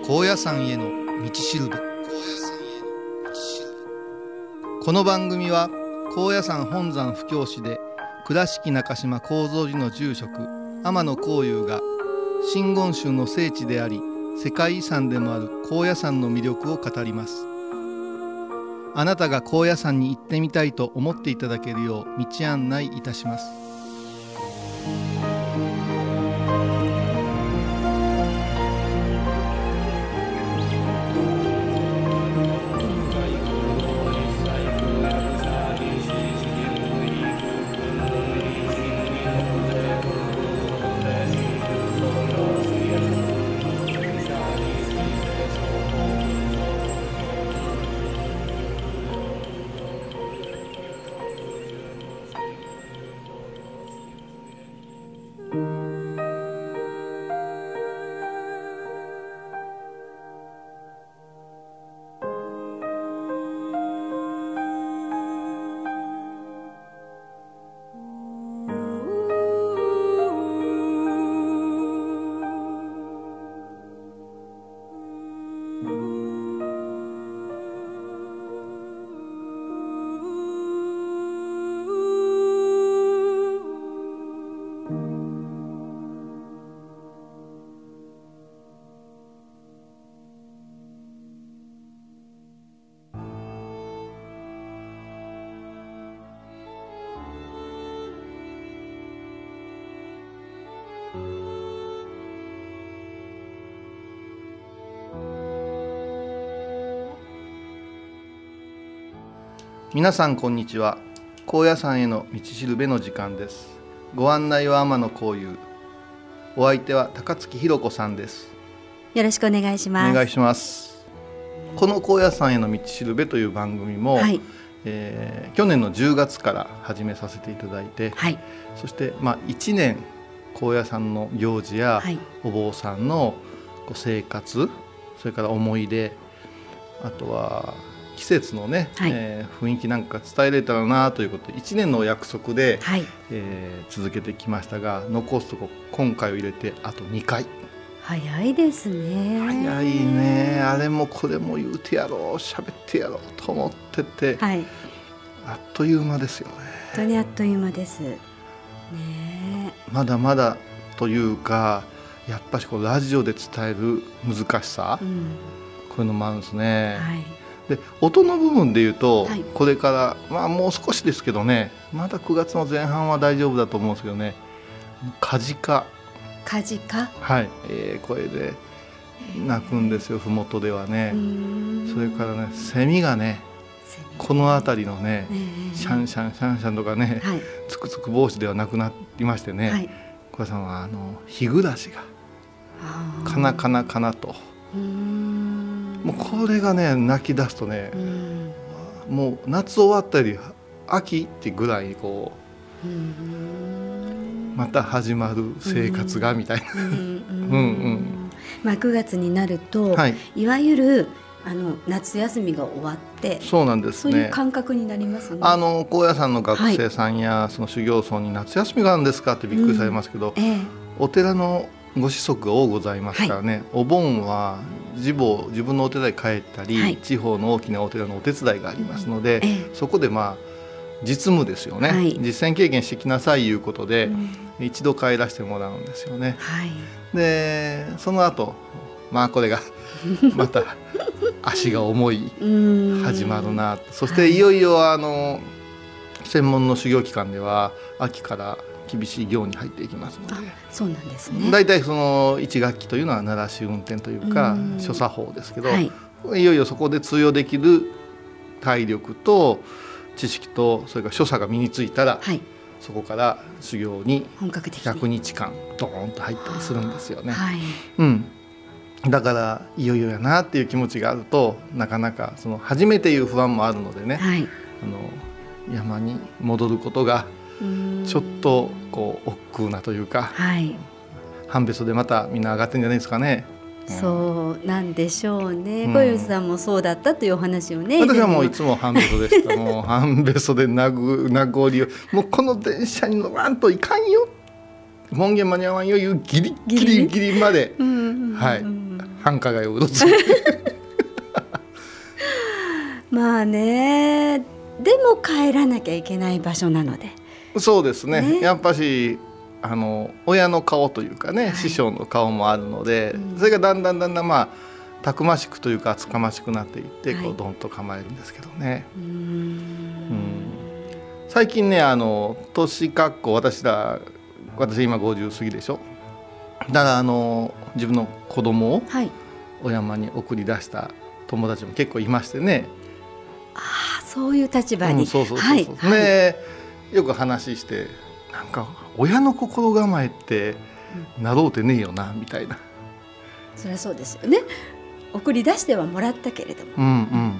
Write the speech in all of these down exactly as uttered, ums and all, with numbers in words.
高野山への道しるべ。この番組は高野山本山布教師で倉敷中島高蔵寺の住職天野幸雄が真言宗の聖地であり世界遺産でもある高野山の魅力を語ります。あなたが高野山に行ってみたいと思っていただけるよう道案内いたします。皆さんこんにちは。高野山への道しるべの時間です。ご案内は天野幸雄、お相手は高槻弘子さんです。 よろしくお願いします。 お願いします。この高野山への道しるべという番組も、はいえー、去年のじゅうがつから始めさせていただいて、はい、そして、まあ、いちねん高野山の行事や、はい、お坊さんの生活、それから思い出、あとは季節のね、はいえー、雰囲気なんか伝えれたらなということでいちねんのお約束で、はいえー、続けてきましたが、残すとこ今回を入れてあとにかい。 早いですね。 早いね。あれもこれも言うてやろう、喋ってやろうと思ってて、はい、あっという間ですよね。 本当にあっという間ですね。 まだまだというか、やっぱりこうラジオで伝える難しさ、うん、こういうのもあるんですね。はいで音の部分でいうと、はい、これから、まあ、もう少しですけどね、まだくがつの前半は大丈夫だと思うんですけどね、カジカカジカはい、えー、声で鳴くんですよ、ふもとではね。それからね、セミがね、この辺りのね、シャンシャンシャンシャンとかね、はい、つくつく帽子ではなくなりましてね、はい、小田さんはあの日暮らしがカナカナカナと、もうこれがね泣き出すとね、うん、もう夏終わったり秋ってぐらいにこう、うん、また始まる生活がみたいなくがつになると、はい、いわゆるあの夏休みが終わって、 そうなんですね、 そういう感覚になりますね。 あの高野山の学生さんや、はい、その修行僧に夏休みがあるんですかってびっくりされますけど、うんええ、お寺のご子息が多ございますからね、はい、お盆は自母自分のお寺に帰ったり、はい、地方の大きなお寺のお手伝いがありますので、うんええ、そこでまあ実務ですよね、はい、実践経験してきなさいいうことで、うん、一度帰らせてもらうんですよね、はい、でその後まあこれがまた足が重い始まるなそしていよいよあの専門の修行期間では秋から厳しい行に入っていきますので、 そうなんですね。 だいたいそのいち学期というのは慣らし運転というか諸作法ですけど、はい、いよいよそこで通用できる体力と知識とそれから所作が身についたら、はい、そこから修行にひゃくにちかんドーンと入ったりするんですよね、はいうん、だからいよいよやなっていう気持ちがあるとなかなかその初めていう不安もあるのでね、はい、あの山に戻ることがちょっとこう億劫なというか、はい、半べそでまたみんな上がってるんじゃないですかね。 そうなんでしょうね。小遊さんもそうだったというお話をね。 私はもういつも半べそでした。もう半べそで名残をもうこの電車に乗らんといかんよ。 門限間に合わんよいうギリギリギリまで、はい、繁華街をうろついてまあね、でも帰らなきゃいけない場所なので。 そうですね、 ね、 やっぱしあの親の顔というかね、はい、師匠の顔もあるので、うん、それがだんだんだんだんまあたくましくというか厚かましくなっていって、はい、こうドンと構えるんですけどね。うーん、うん、最近ね、あの年かっこ私ら私今ごじゅう過ぎでしょ。だからあの自分の子供をお山に送り出した友達も結構いましてね。 ああ、そういう立場に、うん、 そうそうそうそう、はい、ね、よく話してなんか親の心構えってなろうてねえよなみたいな。 そりゃそうですよね。送り出してはもらったけれども、 うんうん、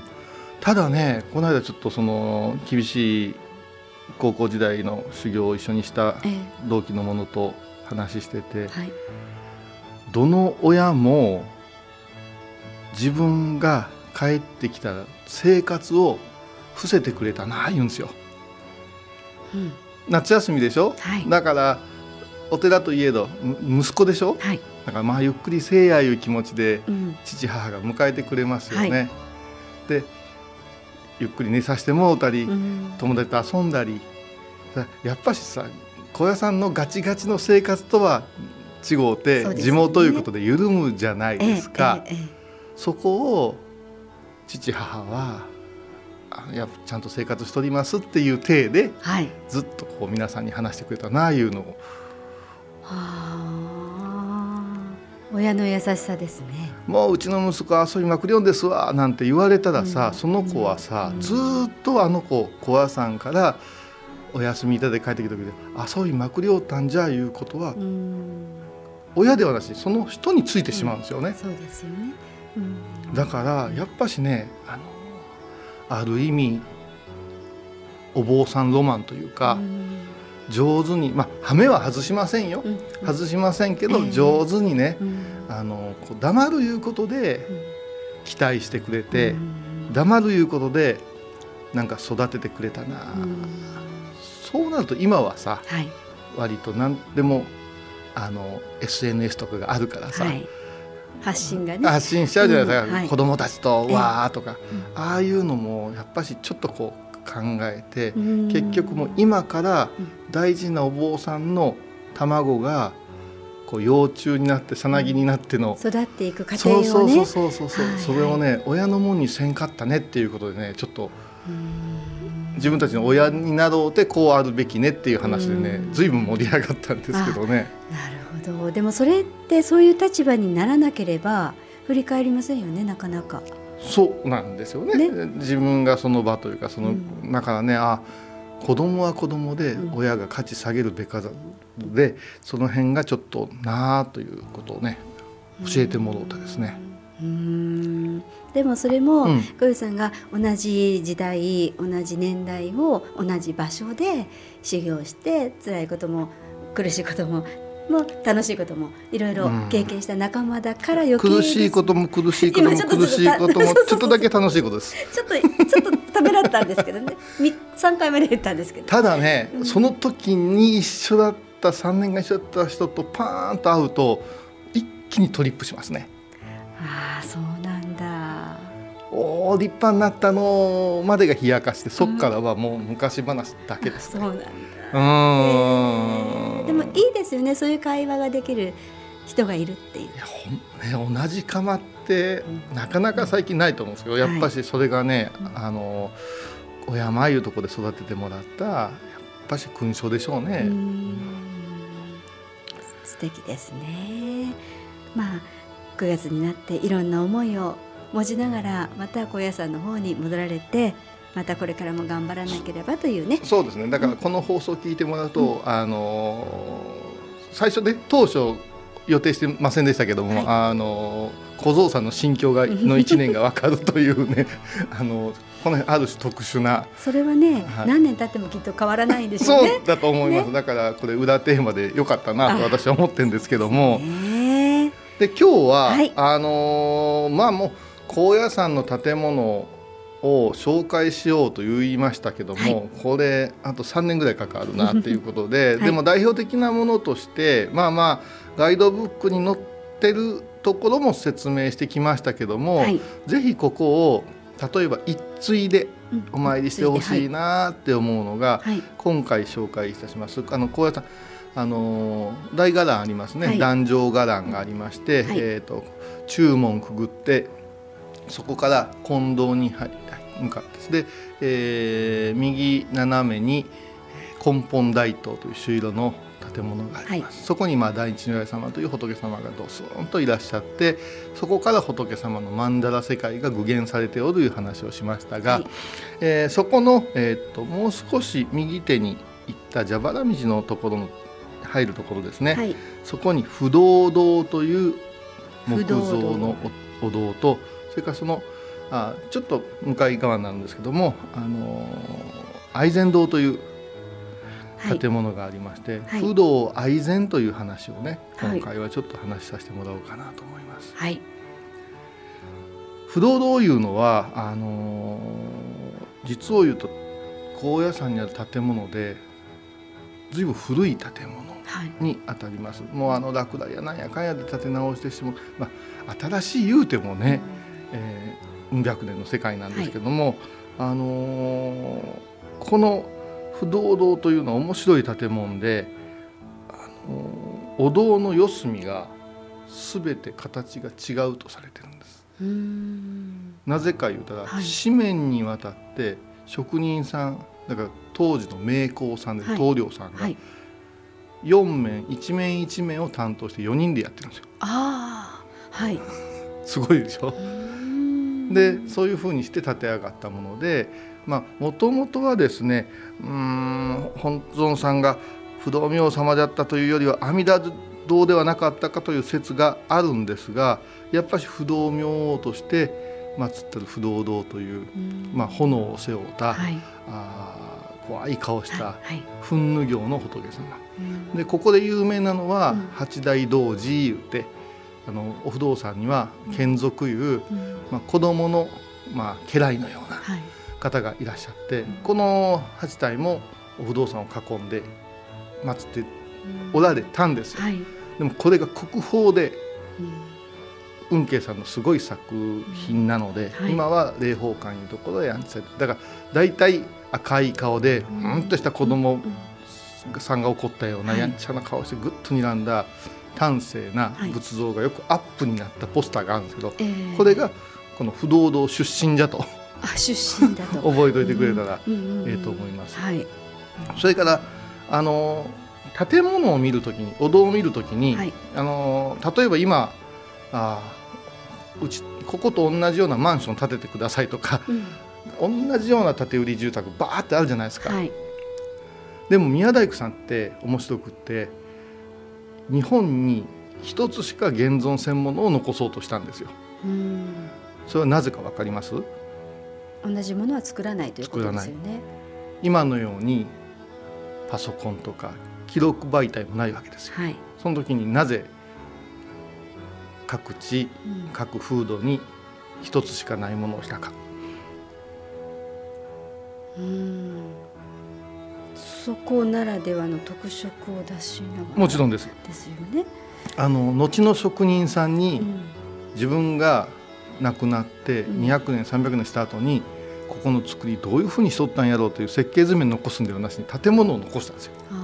ただね、この間ちょっとその厳しい高校時代の修行を一緒にした同期の者と話してて、ええ、はい、どの親も自分が帰ってきたら生活を伏せてくれたな言うんですよ、うん、夏休みでしょ、はい、だからお寺といえど息子でしょ、はい、だからまあゆっくりせいやいう気持ちで父母が迎えてくれますよね、はい、でゆっくり寝させてもうたり、うん、友達と遊んだり、やっぱしさ高野山のガチガチの生活とは違うて、ね、地元ということで緩むじゃないですか、ええええ、そこを父母はいやちゃんと生活しておりますっていう体で、はい、ずっとこう皆さんに話してくれたなあいうのを、はあ、親の優しさですね。 もううちの息子は遊びまくりよんですわなんて言われたらさ、うん、その子はさ、うん、ずっとあの子高野山からお休みいただいて帰ってきた時で遊びまくりよったんじゃいうことは、うん、親ではなしその人についてしまうんですよね、うん、そうですよね、うん、だからやっぱしね、あのある意味お坊さんロマンというか、うん、上手に、まあ羽目は外しませんよ、うん、外しませんけど、えー、上手にね、うん、あのこう黙るいうことで期待してくれて、うん、黙るいうことでなんか育ててくれたな、うん、そうなると今はさ、はい、割と何でもあの エスエヌエス とかがあるからさ、はい、 発信がね発信しちゃうじゃないですか、うん、はい、子供たちとわーとか、えー、ああいうのもやっぱしちょっとこう考えて、結局もう今から大事なお坊さんの卵がこう幼虫になってさなぎになっての、 うん、育っていく過程をね、 そうそうそうそうそう、はいはい、それをね親のもんにせんかったねっていうことでね、ちょっと自分たちの親になろうてこうあるべきねっていう話でね、ずいぶん盛り上がったんですけどね。 なるほど。でもそれってそういう立場にならなければ振り返りませんよね、なかなか。 そうなんですよ ね, ね自分がその場というかその、うん、だからね、あ子供は子供で親が価値下げるべからずで、うん、その辺がちょっとなあということをね教えてもらったですね。 うーん、でもそれも小遊さんが同じ時代同じ年代を同じ場所で修行して辛いことも苦しいこともも楽しいこともいろいろ経験した仲間だから余計、うん、 苦しいことも苦しいことも苦しいこともちょっとだけ楽しいことです。 ちょっとちょっとためらったんですけどねさんかいめで言ったんですけど、 ただね、うん、その時に一緒だったさんねんが一緒だった人とパーンと会うと一気にトリップしますね。 ああ、そうなんだ。 お立派になったのまでが冷やかして、そっからはもう昔話だけですね、うん、そうなんだ。うーん、 でもいいですよね、そういう会話ができる人がいるっていう。いやほん、ね、同じ釜ってなかなか最近ないと思うんですけど、やっぱしそれがね、はい、あのお山いうところで育ててもらったやっぱし勲章でしょうね。うーん、 素敵ですね。まあくがつになっていろんな思いを持ちながらまた高野山の方に戻られて、またこれからも頑張らなければというね。 そうですね。だからこの放送を聞いてもらうと、うん、あの最初で当初予定してませんでしたけども、はい、あの小僧さんの心境がのいちねんが分かるというねあのこの辺ある種特殊な、 それはね、はい、何年経ってもきっと変わらないんでしょうね。 そうだと思います、ね、だからこれ裏テーマでよかったなと私は思ってるんですけども、で今日は、はい、あのー、まあもう高野山の建物を紹介しようと言いましたけども、はい、これあとさんねんぐらいかかるなっていうことで、はい、でも代表的なものとしてまあまあガイドブックに載ってるところも説明してきましたけども、はい、ぜひここを例えば一対でお参りしてほしいなって思うのが、はい、今回紹介いたしますあの高野山、あのー、大伽藍ありますね、はい、壇上伽藍がありまして、はい、えーと、中門くぐってそこから金堂に向かってで、えー、右斜めに根本大塔という朱色の建物があります、はい、そこにまあ大日如来様という仏様がドスンといらっしゃって、そこから仏様の曼荼羅世界が具現されておるという話をしましたが、はい、えー、そこの、えー、ともう少し右手に行った蛇腹道のところの入るところですね、はい、そこに不動堂という木造のお堂と、それからそのあちょっと向かい側なんですけども、あのー、愛染堂という建物がありまして、はい、不動愛染という話をね、今回はちょっと話しさせてもらおうかなと思います、はい、不動堂いうのはあのー、実を言うと高野山にある建物でずいぶん古い建物にあたります、はい、もうあの落雷やなんやかんやで建て直してしまう、まあ、新しい言うてもね、うん、えー、うん百年の世界なんですけども、はい、あのー、この不動堂というのは面白い建物で、あのお堂の四隅が全て形が違うとされてるんです。うーん、なぜか言うたら、はい、四面にわたって職人さんだから当時の名工さんで、はい、棟梁さんがよん面一面一面を担当してよにんでやってるんですよ。あー、はい、すごいでしょ。でそういうふうにして建て上がったもので、もともとはですね、うーん本尊さんが不動明王様だったというよりは阿弥陀堂ではなかったかという説があるんですが、やっぱり不動明王として祀ってる不動堂という、まあ、炎を背負った、はい、あ怖い顔した憤怒行の仏様、でここで有名なのは、うん、八大道寺いうて、あのお不動産には眷属いう、うん、まあ、子供の、まあ、家来のような、はい、方がいらっしゃって、この八体もお不動産を囲んで祀っておられたんですよ、はい、でもこれが国宝で、うん、運慶さんのすごい作品なので、はい、今は霊宝館いうところで安置されて、だから大体赤い顔でうんとした子供さんが怒ったようなやんちゃな顔してぐっと睨んだ端正な仏像がよくアップになったポスターがあるんですけど、はい、これがこの不動堂出身じゃとあ出身だと覚えておいてくれたらええと思います、はい、それからあの建物を見るときにお堂を見るときに、はい、あの例えば今あうちここと同じようなマンション建ててくださいとか、うん、同じような建て売り住宅バーってあるじゃないですか、はい、でも宮大工さんって面白くって日本に一つしか現存せんものを残そうとしたんですよ。うん、それはなぜか分かります？ 同じものは作らないということですよね。 今のようにパソコンとか記録媒体もないわけですよ、はい、その時になぜ各地、うん、各風土に一つしかないものをしたか。 うーんそこならではの特色を出しながらもちろんですですよね。 あの後の職人さんに、うん、自分が亡くなってにひゃくねん、うん、さんびゃくねんした後にここの作りどういうふうにしとったんやろうという設計図面残すんではなしに建物を残したんですよ。あ、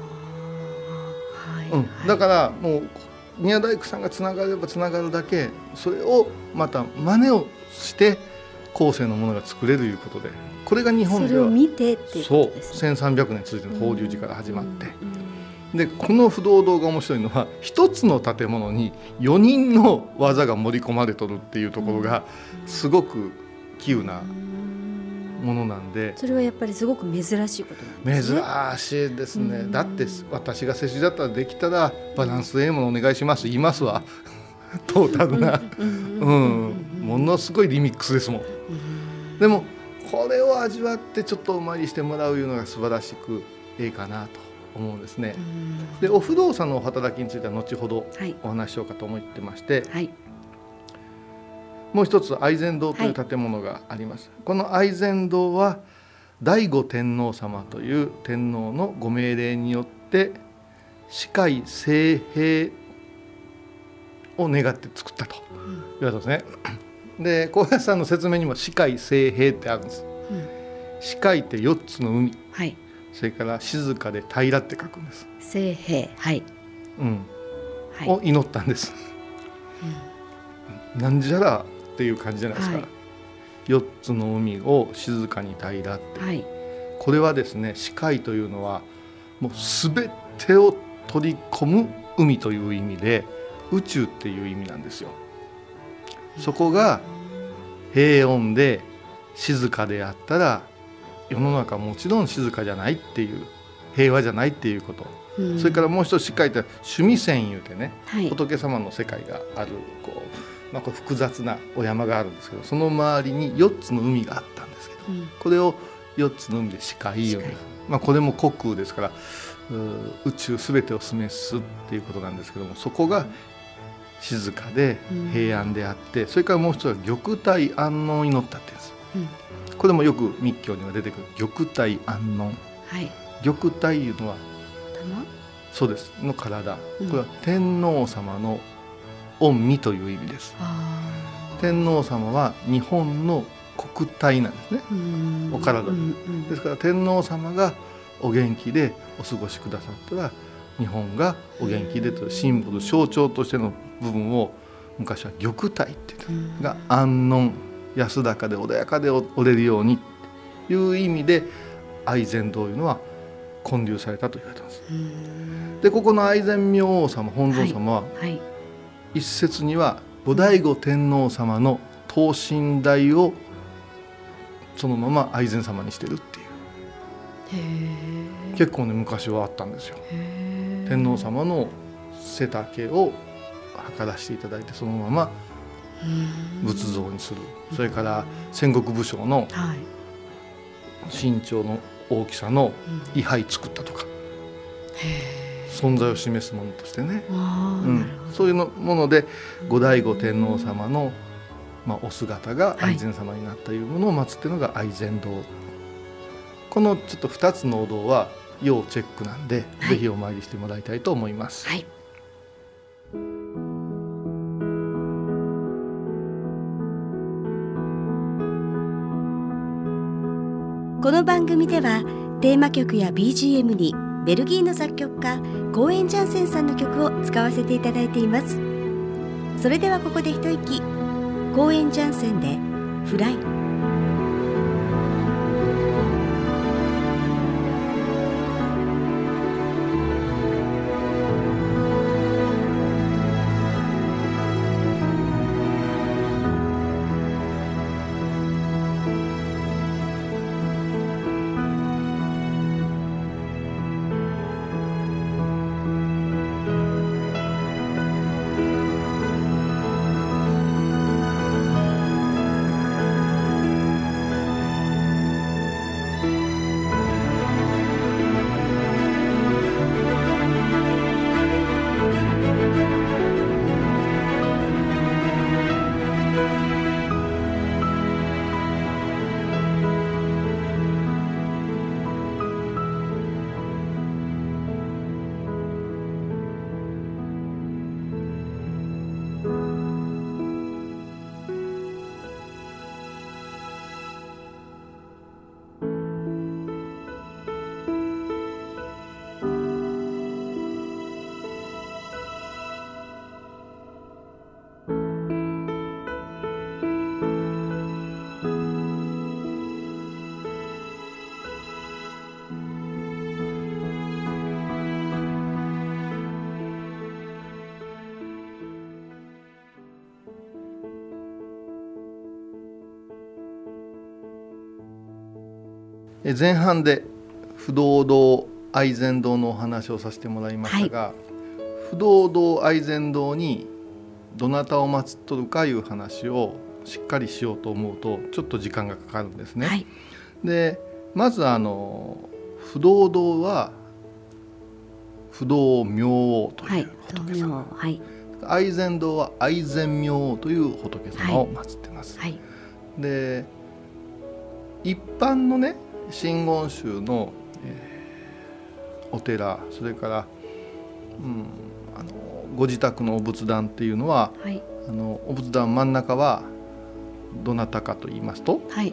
はい、うん、だからもう宮大工さんがつながればつながるだけそれをまた真似をして後世のものが作れるということで、これが日本ではそれを見てっていうことですね。 そうせんさんびゃくねん続いての法隆寺から始まって、でこの不動堂が面白いのは一つの建物によにんの技が盛り込まれとるっていうところがすごく稀有なものなんで、 それはやっぱりすごく珍しいことなんですね。 珍しいですね。だって私が施主だったらできたらバランスええものお願いします言いますわトータルな、うん、ものすごいリミックスですもん。でもこれを味わってちょっとお参りしてもらういうのが素晴らしくええかなと思うんですね。でお不動産のお働きについては後ほどお話ししようかと思ってまして、はい、 もう一つ愛染堂という建物があります、はい、この愛染堂は醍醐天皇様という天皇のご命令によって四海清平を願って作ったと言われたんですね、うん、で高野山の説明にも四海清平ってあるんです、うん、四海ってよっつの海、はい、それから静かで平らって書くんです。 清平、はい、 うん、はい、を祈ったんです、うん、なんじゃらっていう感じじゃないですか、はい、よっつの海を静かに平らって、はい、これはですね、四海というのはもう全てを取り込む海という意味で宇宙っていう意味なんですよ。そこが平穏で静かであったら世の中はもちろん静かじゃないっていう、平和じゃないっていうこと、うん、それからもう一つしっかりと須弥山いうてね、はい、仏様の世界があるこう、まあ、こう複雑なお山があるんですけど、その周りによっつの海があったんですけど、うん、これをよっつの海で四海いう、まあ、これも虚空ですから宇宙すべてを示すっていうことなんですけども、そこが静かで平安であって、うん、それからもう一つは玉体安穏を祈ったっていうんです、うん、これもよく密教には出てくる玉体安穏、はい、玉体いうのはそうですの体、うん、これは天皇様の御身という意味です。天皇様は日本の国体なんですね、お体で、うんうん、ですから天皇様がお元気でお過ごしくださったら日本がお元気でというシンボル象徴としての部分を昔は玉体って言ったが安穏安らかで穏やかでおれるようにという意味で愛染堂というのは建立されたと言われています。でここの愛染明王様本尊様は、はいはい、一説には後醍醐天皇様の等身大をそのまま愛染様にしてるっていうへ結構ね昔はあったんですよ。天皇様の背丈を測らせていただいてそのまま仏像にする、それから戦国武将の身長の大きさの位牌作ったとか、存在を示すものとしてね、うん、そういうのもので後醍醐天皇様の、まあ、お姿が愛染様になったいうものを祀っているのが愛染堂、このちょっとふたつのお堂は要チェックなんで、はい、ぜひお参りしてもらいたいと思います、はい、 この番組ではテーマ曲や ビージーエム にベルギーの作曲家コーエン・ジャンセンさんの曲を使わせていただいています。それではここで一息、コーエン・ジャンセンでフライ。 前半で不動堂愛染堂のお話をさせてもらいましたが、はい、不動堂愛染堂にどなたを祀っとるかいう話をしっかりしようと思うとちょっと時間がかかるんですね、はい、でまずあの不動堂は不動明王という仏様、はい、 愛染堂は愛染明王という仏様を祀ってます、はいはい、で一般のね真言宗の、えー、お寺、それから、うん、あのご自宅のお仏壇っていうのは、はい、あのお仏壇真ん中はどなたかと言いますと、はい、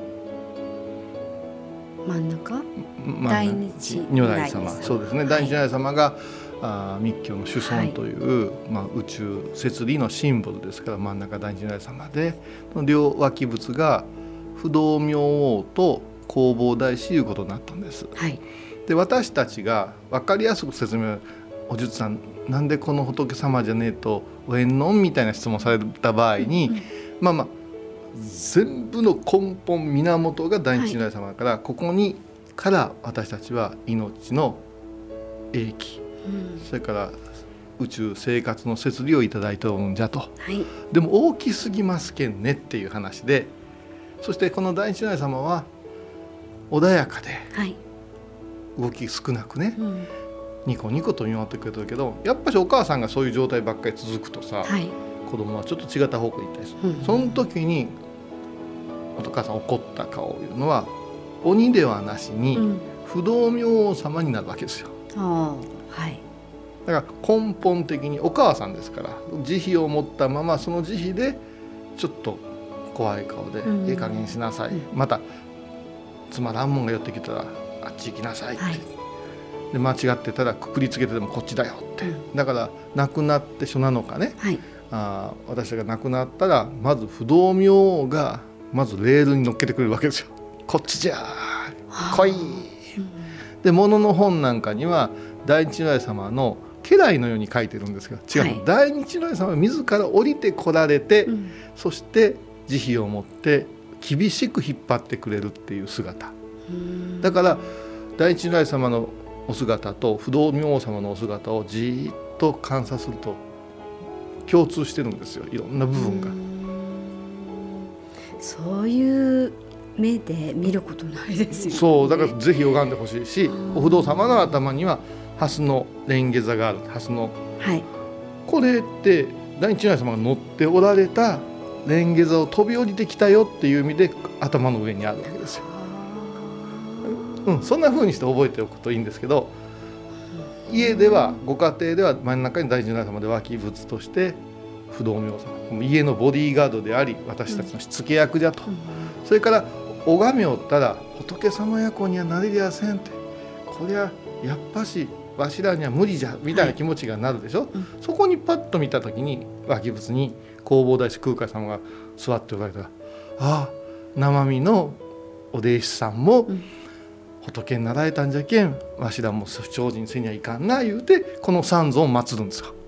真ん中、 まあ、大日如来様、そうですね、大日如来様が、あ密教の主尊という、はい、まあ、宇宙摂理のシンボルですから、真ん中大日如来様で、両脇仏が不動明王と弘法大師いうことになったんです、はい、で私たちが分かりやすく説明、お術さんなんでこの仏様じゃねえとお縁のんみたいな質問された場合に、うんうん、まあまあ全部の根本源が大日如来様だから、はい、ここにから私たちは命の永気、うん、それから宇宙生活の摂理をいただいておるんじゃと、はい、でも大きすぎますけんねっていう話で、そしてこの大日如来様は穏やかで、はい、動き少なくね、うん、ニコニコと見守ってくれてるけど、やっぱりお母さんがそういう状態ばっかり続くとさ、はい、子供はちょっと違った方向に行ったりする、うん、その時にお母さん怒った顔をいうのは鬼ではなしに不動明王様になるわけですよ、うん、はい、だから根本的にお母さんですから、慈悲を持ったままその慈悲でちょっと怖い顔で、うん、ええ加減しなさい、うん、またつまらんもんが寄ってきたらあっち行きなさいって、はい、で間違ってたらくくりつけてでもこっちだよって、うん、だから亡くなって初なのかね、はい、あ私が亡くなったらまず不動明王がまずレールに乗っけてくれるわけですよ。こっちじゃ来い、うん、で物の本なんかには大日如来様の家来のように書いてるんですが違う、はい、大日如来様は自ら降りてこられて、うん、そして慈悲を持って厳しく引っ張ってくれるっていう姿だから、大日如来様のお姿と不動明王様のお姿をじーっと観察すると共通してるんですよ、いろんな部分が。 そういう目で見ることないですよね。 そうだからぜひ拝んでほしいし、お不動様の頭には蓮の蓮華座がある、蓮の、はい、これって大日如来様が乗っておられた蓮華座を飛び降りてきたよっていう意味で頭の上にあるわけですよ。うん、そんな風にして覚えておくといいんですけど、家ではご家庭では真ん中に大日如来様で脇仏として不動明王様、家のボディーガードであり私たちのしつけ役じゃと、うん、それから拝みおったら仏様やこにはなれりゃせんって、こりゃやっぱしわしらには無理じゃみたいな気持ちがなるでしょ、はい、うん、そこにパッと見た時に脇仏に弘法大師空海様が座っておられたら、ああ生身のお弟子さんも仏になられたんじゃけん、わしらも不精進せにはいかんな言うてこの三尊を祀るんですよ。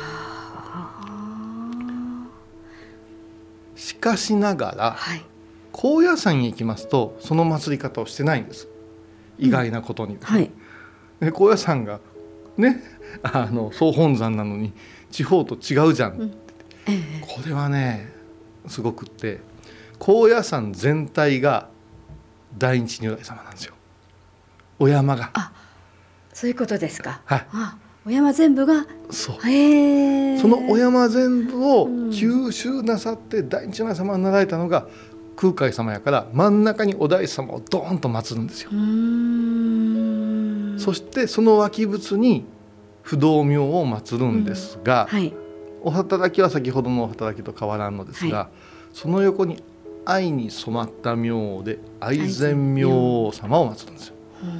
しかしながら、はい、高野山に行きますとその祀り方をしてないんです、意外なことに、うん、はい、で高野山がねあの総本山なのに地方と違うじゃん、うん、ええ、これはねすごくって、高野山全体が大日如来様なんですよ、お山が。 あ、そういうことですか。 はい、 あ、お山全部が、 そう、へー、そのお山全部を吸収なさって大日如来様がなられたのが空海様やから、真ん中にお大師様をドーンと祀るんですよ。うーん、そしてその脇仏に不動明王を祀るんですが、うん、はい、お働きは先ほどのお働きと変わらんのですが、はい、その横に愛に染まった明王で愛染明王様を祀るんですよ。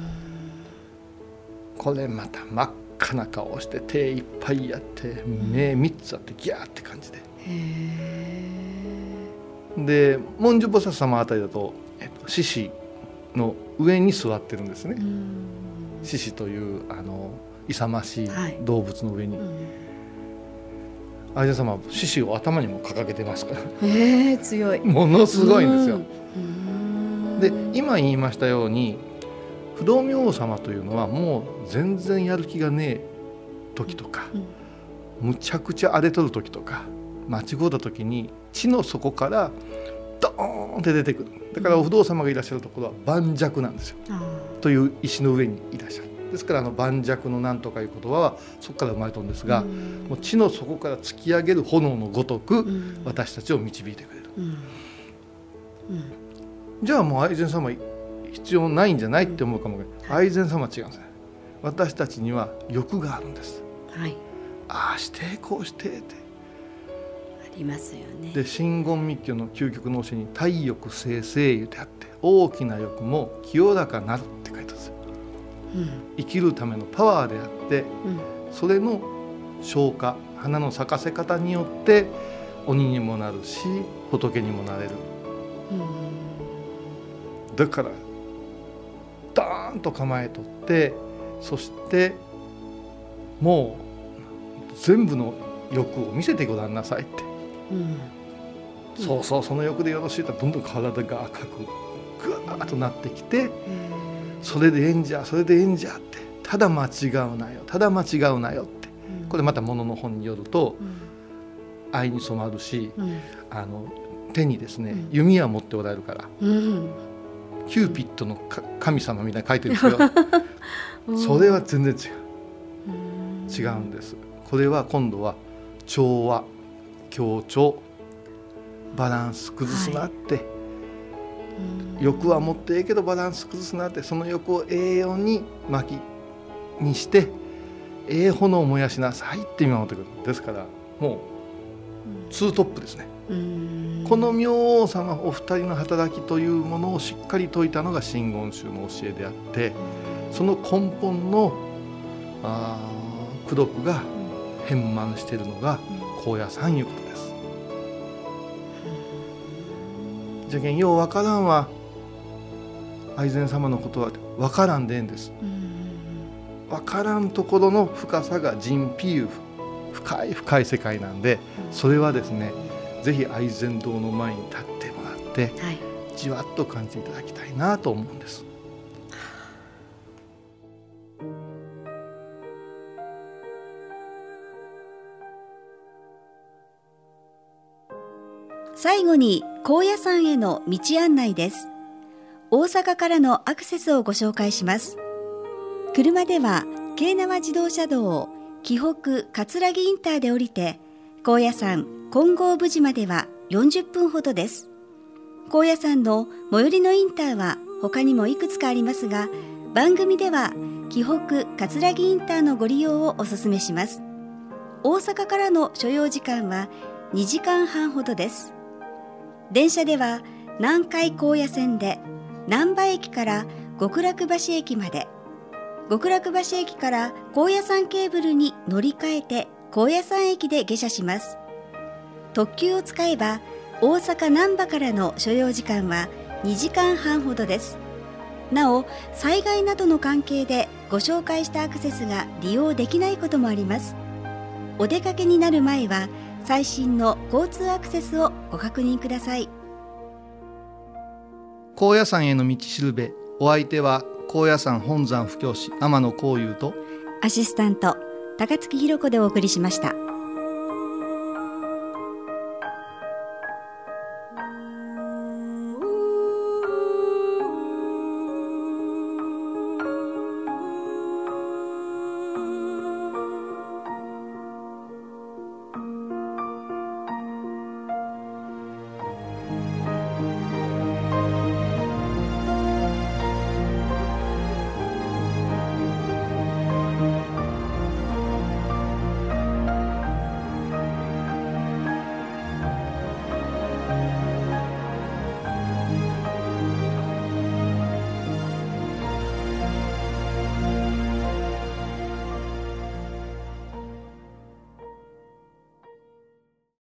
これまた真っ赤な顔をして手いっぱいやって目みっつあってギャーって感じで、へで文殊菩薩様あたりだと、えっと、獅子の上に座ってるんですね。獅子というあの勇ましい動物の上に、はい、愛知様は獅子を頭にも掲げてますから、 へー、強い、 ものすごいんですよ。で今言いましたように不動明王様というのはもう全然やる気がねえ時とか、うん、むちゃくちゃ荒れとる時とか間違うた時に地の底からドーンって出てくる。だからお不動様がいらっしゃるところは盤石なんですよ、うん、という石の上にいらっしゃる。 ですからあの盤石のなんとかいう言葉はそこから生まれたんですが、もう地の底から突き上げる炎のごとく私たちを導いてくれる、うんうん、じゃあもう愛禅様必要ないんじゃないって思うかもけど、愛禅様は違うんですね。私たちには欲があるんです、はい、ああしてこうしてってありますよね。 で真言密教の究極の教えに体欲生生であって、大きな欲も清らかなるって書いてあるんですよ、うん、生きるためのパワーであって、うん、それの消化、花の咲かせ方によって鬼にもなるし仏にもなれる、うん、だからダーンと構えとって、そしてもう全部の欲を見せてごらんなさいって、うん、そうそう、その欲でよろしいとどんどん体が赤くぐわーっとなってきて、うん、それでええんじゃそれでええんじゃって、ただ間違うなよただ間違うなよって、うん、これまた物の本によると、うん、愛に染まるし、うん、あの手にですね、うん、弓矢持っておられるから、うん、キューピッドの神様みたいに書いてるんですよそれは全然違う違うんです。これは今度は調和協調バランス崩すなって、はい、欲は持ってええけどバランス崩すなって、その欲を栄養に巻きにしてええ炎を燃やしなさいって見守ってくる。ですからもうツートップですね。この明王様お二人の働きというものをしっかり説いたのが真言宗の教えであって、その根本のあ功徳が変満しているのが高野山いうことです。じゃけんようわからんは愛禅様のことはわからんでえんです。わからんところの深さが人皮いう深い深い世界なんで、それはですねぜひ愛禅堂の前に立ってもらって、はい、じわっと感じていただきたいなと思うんです。 最後に高野山への道案内です。大阪からのアクセスをご紹介します。車では京奈和自動車道紀北葛城インターで降りて、高野山金剛無寺まではよんじゅっぷんほどです。高野山の最寄りのインターは他にもいくつかありますが、番組では紀北葛城インターのご利用をお勧めします。大阪からの所要時間はにじかんはんほどです。電車では南海高野線で難波駅から極楽橋駅まで、極楽橋駅から高野山ケーブルに乗り換えて高野山駅で下車します。特急を使えば大阪難波からの所要時間はにじかんはんほどです。なお災害などの関係でご紹介したアクセスが利用できないこともあります。お出かけになる前は最新の交通アクセスをご確認ください。 高野山への道しるべ、お相手は高野山本山布教師天野幸雄とアシスタント高槻弘子でお送りしました。